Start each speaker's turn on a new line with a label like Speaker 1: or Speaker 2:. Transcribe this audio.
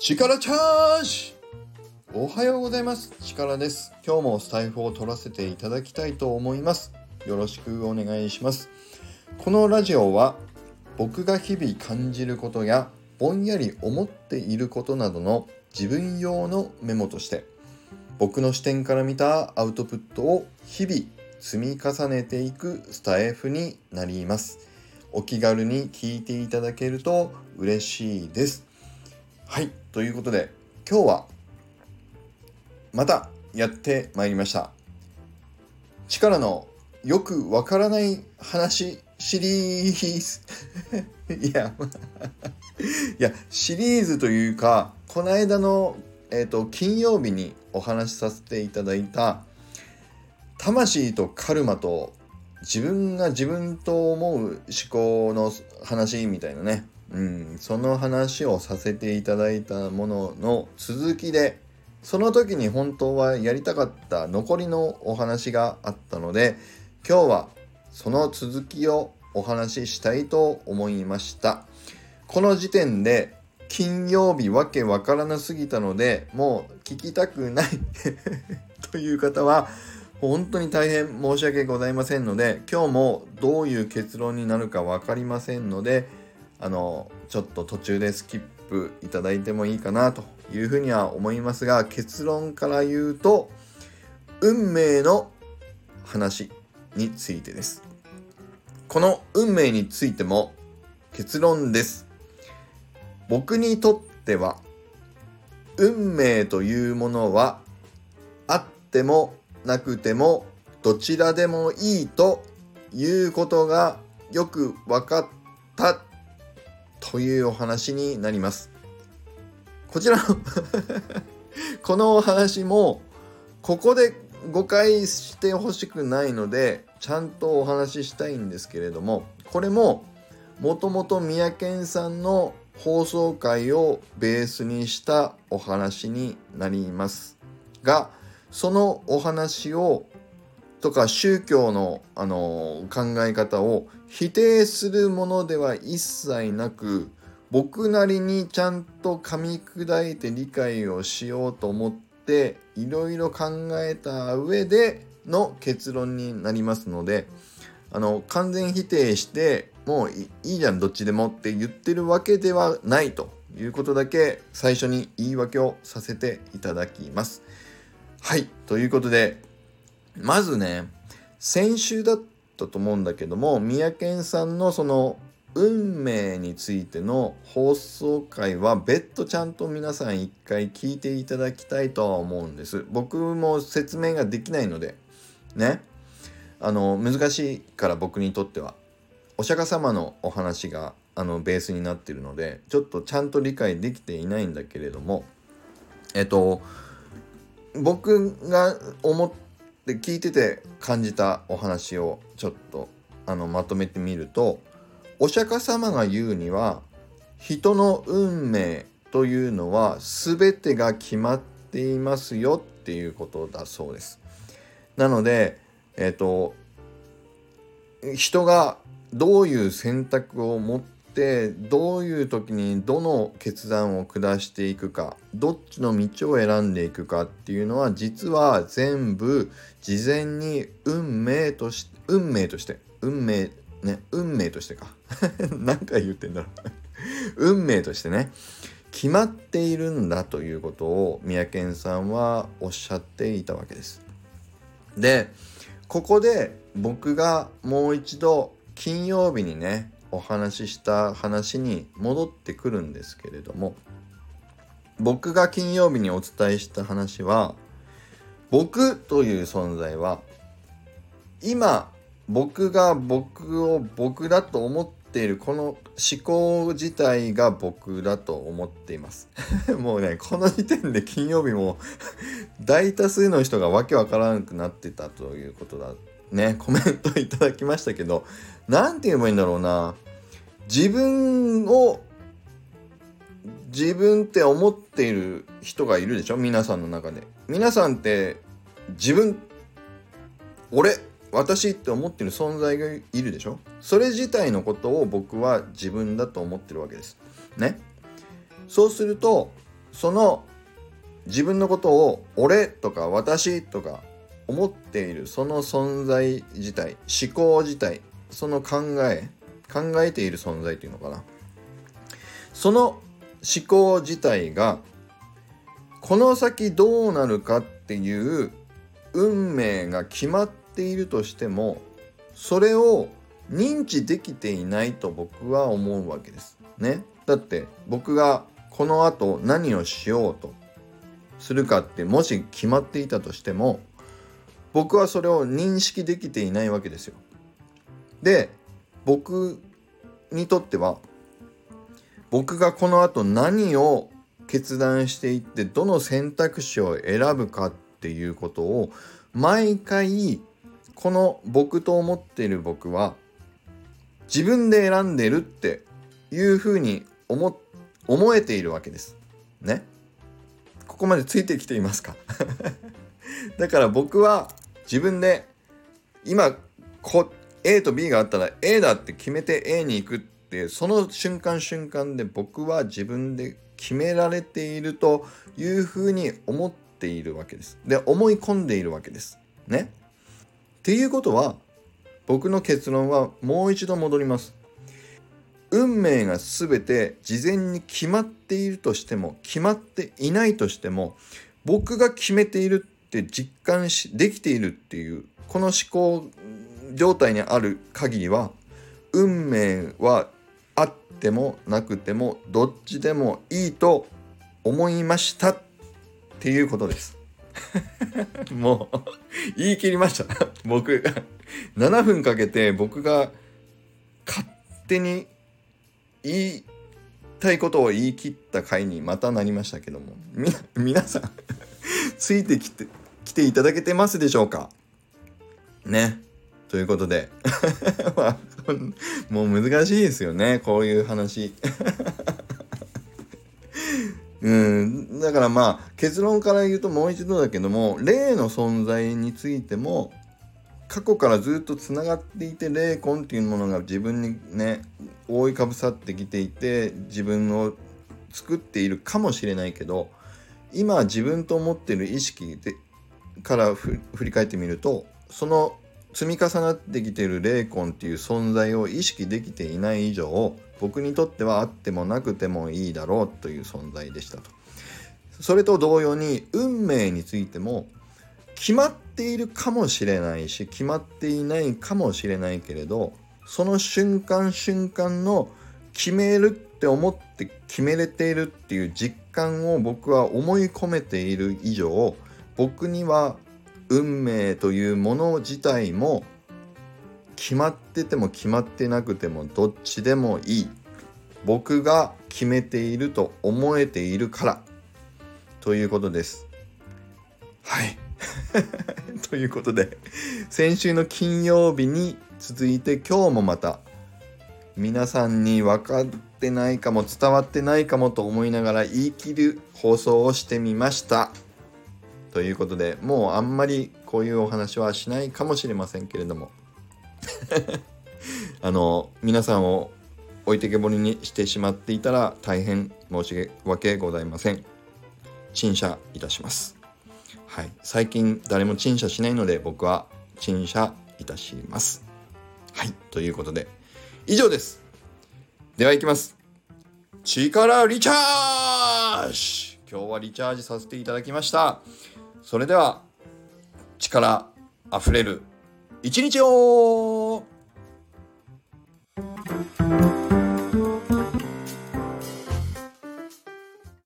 Speaker 1: 力チャージ。おはようございます。力です。今日もスタイフを取らせていただきたいと思います。よろしくお願いします。このラジオは僕が日々感じることやぼんやり思っていることなどの自分用のメモとして僕の視点から見たアウトプットを日々積み重ねていくスタイフになります。お気軽に聞いていただけると嬉しいです。はい、ということで今日はまたやってまいりました。力のよくわからない話シリーズいやシリーズというか、この間の、金曜日にお話しさせていただいた魂とカルマと自分が自分と思う思考の話みたいなね、その話をさせていただいたものの続きで、その時に本当はやりたかった残りのお話があったので、今日はその続きをお話ししたいと思いました。この時点で金曜日わけわからなすぎたのでもう聞きたくないという方は本当に大変申し訳ございませんので、今日もどういう結論になるか分かりませんので、ちょっと途中でスキップいただいてもいいかなというふうには思いますが、結論から言うと運命の話についてです。この運命についても結論です。僕にとっては運命というものはあってもなくてもどちらでもいいということがよく分かったというお話になります。こちらのこのお話もここで誤解してほしくないのでちゃんとお話ししたいんですけれども、これももともと三宅さんの放送回をベースにしたお話になりますが、そのお話をとか宗教の、考え方を否定するものでは一切なく、僕なりにちゃんと噛み砕いて理解をしようと思っていろいろ考えた上での結論になりますので、完全否定してもういいじゃんどっちでもって言ってるわけではないということだけ最初に言い訳をさせていただきます。はい、ということでまずね、先週だったと思うんだけども、三宅さんのその運命についての放送回は別途ちゃんと皆さん一回聞いていただきたいとは思うんです。僕も説明ができないのでね、難しいから僕にとってはお釈迦様のお話がベースになっているのでちょっとちゃんと理解できていないんだけれども、僕が思って聞いてて感じたお話をちょっとまとめてみると、お釈迦様が言うには人の運命というのは全てが決まっていますよっていうことだそうです。なので人がどういう選択を持ってどういう時にどの決断を下していくか、どっちの道を選んでいくかっていうのは実は全部事前に運命としてか何回言ってんだろう運命としてね決まっているんだということを三宅さんはおっしゃっていたわけです。でここで僕がもう一度金曜日にねお話しした話に戻ってくるんですけれども、僕が金曜日にお伝えした話は、僕という存在は今僕が僕を僕だと思っているこの思考自体が僕だと思っていますもうねこの時点で金曜日も大多数の人がわけわからなくなってたということだね。コメントいただきましたけど、なんて言えばいいんだろうな。自分って思っている人がいるでしょ、皆さんの中で。皆さんって私って思ってる存在がいるでしょ。それ自体のことを僕は自分だと思ってるわけですね。そうするとその自分のことを俺とか私とか思っているその存在自体、思考自体、その考えている存在っていうのかな、その思考自体がこの先どうなるかっていう運命が決まっているとしても、それを認知できていないと僕は思うわけですね。だって僕がこの後何をしようとするかってもし決まっていたとしても、僕はそれを認識できていないわけですよ。で、僕にとっては僕がこの後何を決断していってどの選択肢を選ぶかっていうことを毎回この僕と思っている僕は自分で選んでるっていうふうに思えているわけですね。ここまでついてきていますかだから僕は自分で今A と B があったら A だって決めて A に行くってその瞬間瞬間で僕は自分で決められているというふうに思っているわけです。で、思い込んでいるわけですね。っていうことは僕の結論はもう一度戻ります。運命が全て事前に決まっているとしても決まっていないとしても、僕が決めているって実感できているっていうこの思考状態にある限りは、運命はあってもなくてもどっちでもいいと思いましたっていうことですもう言い切りました僕7分かけて僕が勝手に言いたいことを言い切った回にまたなりましたけども、皆さんついてきていただけてますでしょうかね。ということでもう難しいですよね、こういう話だからまあ結論から言うともう一度だけども、霊の存在についても過去からずっとつながっていて、霊魂っていうものが自分にね覆いかぶさってきていて自分を作っているかもしれないけど、今自分と思っている意識から振り返ってみると、その積み重なってきている霊魂っていう存在を意識できていない以上、僕にとってはあってもなくてもいいだろうという存在でしたと。それと同様に運命についても決まっているかもしれないし決まっていないかもしれないけれど、その瞬間瞬間の決めるって思って決めれているっていう実感を僕は思い込めている以上、僕には運命というもの自体も決まってても決まってなくてもどっちでもいい、僕が決めていると思えているからということです。はいということで、先週の金曜日に続いて今日もまた皆さんに分かってないかも伝わってないかもと思いながら言い切る放送をしてみましたということで、もうあんまりこういうお話はしないかもしれませんけれども皆さんを置いてけぼりにしてしまっていたら大変申し訳ございません。陳謝いたします。はい、最近誰も陳謝しないので僕は陳謝いたします。はい、ということで以上です。では行きます。力リチャージ。今日はリチャージさせていただきました。それでは力あふれる一日を。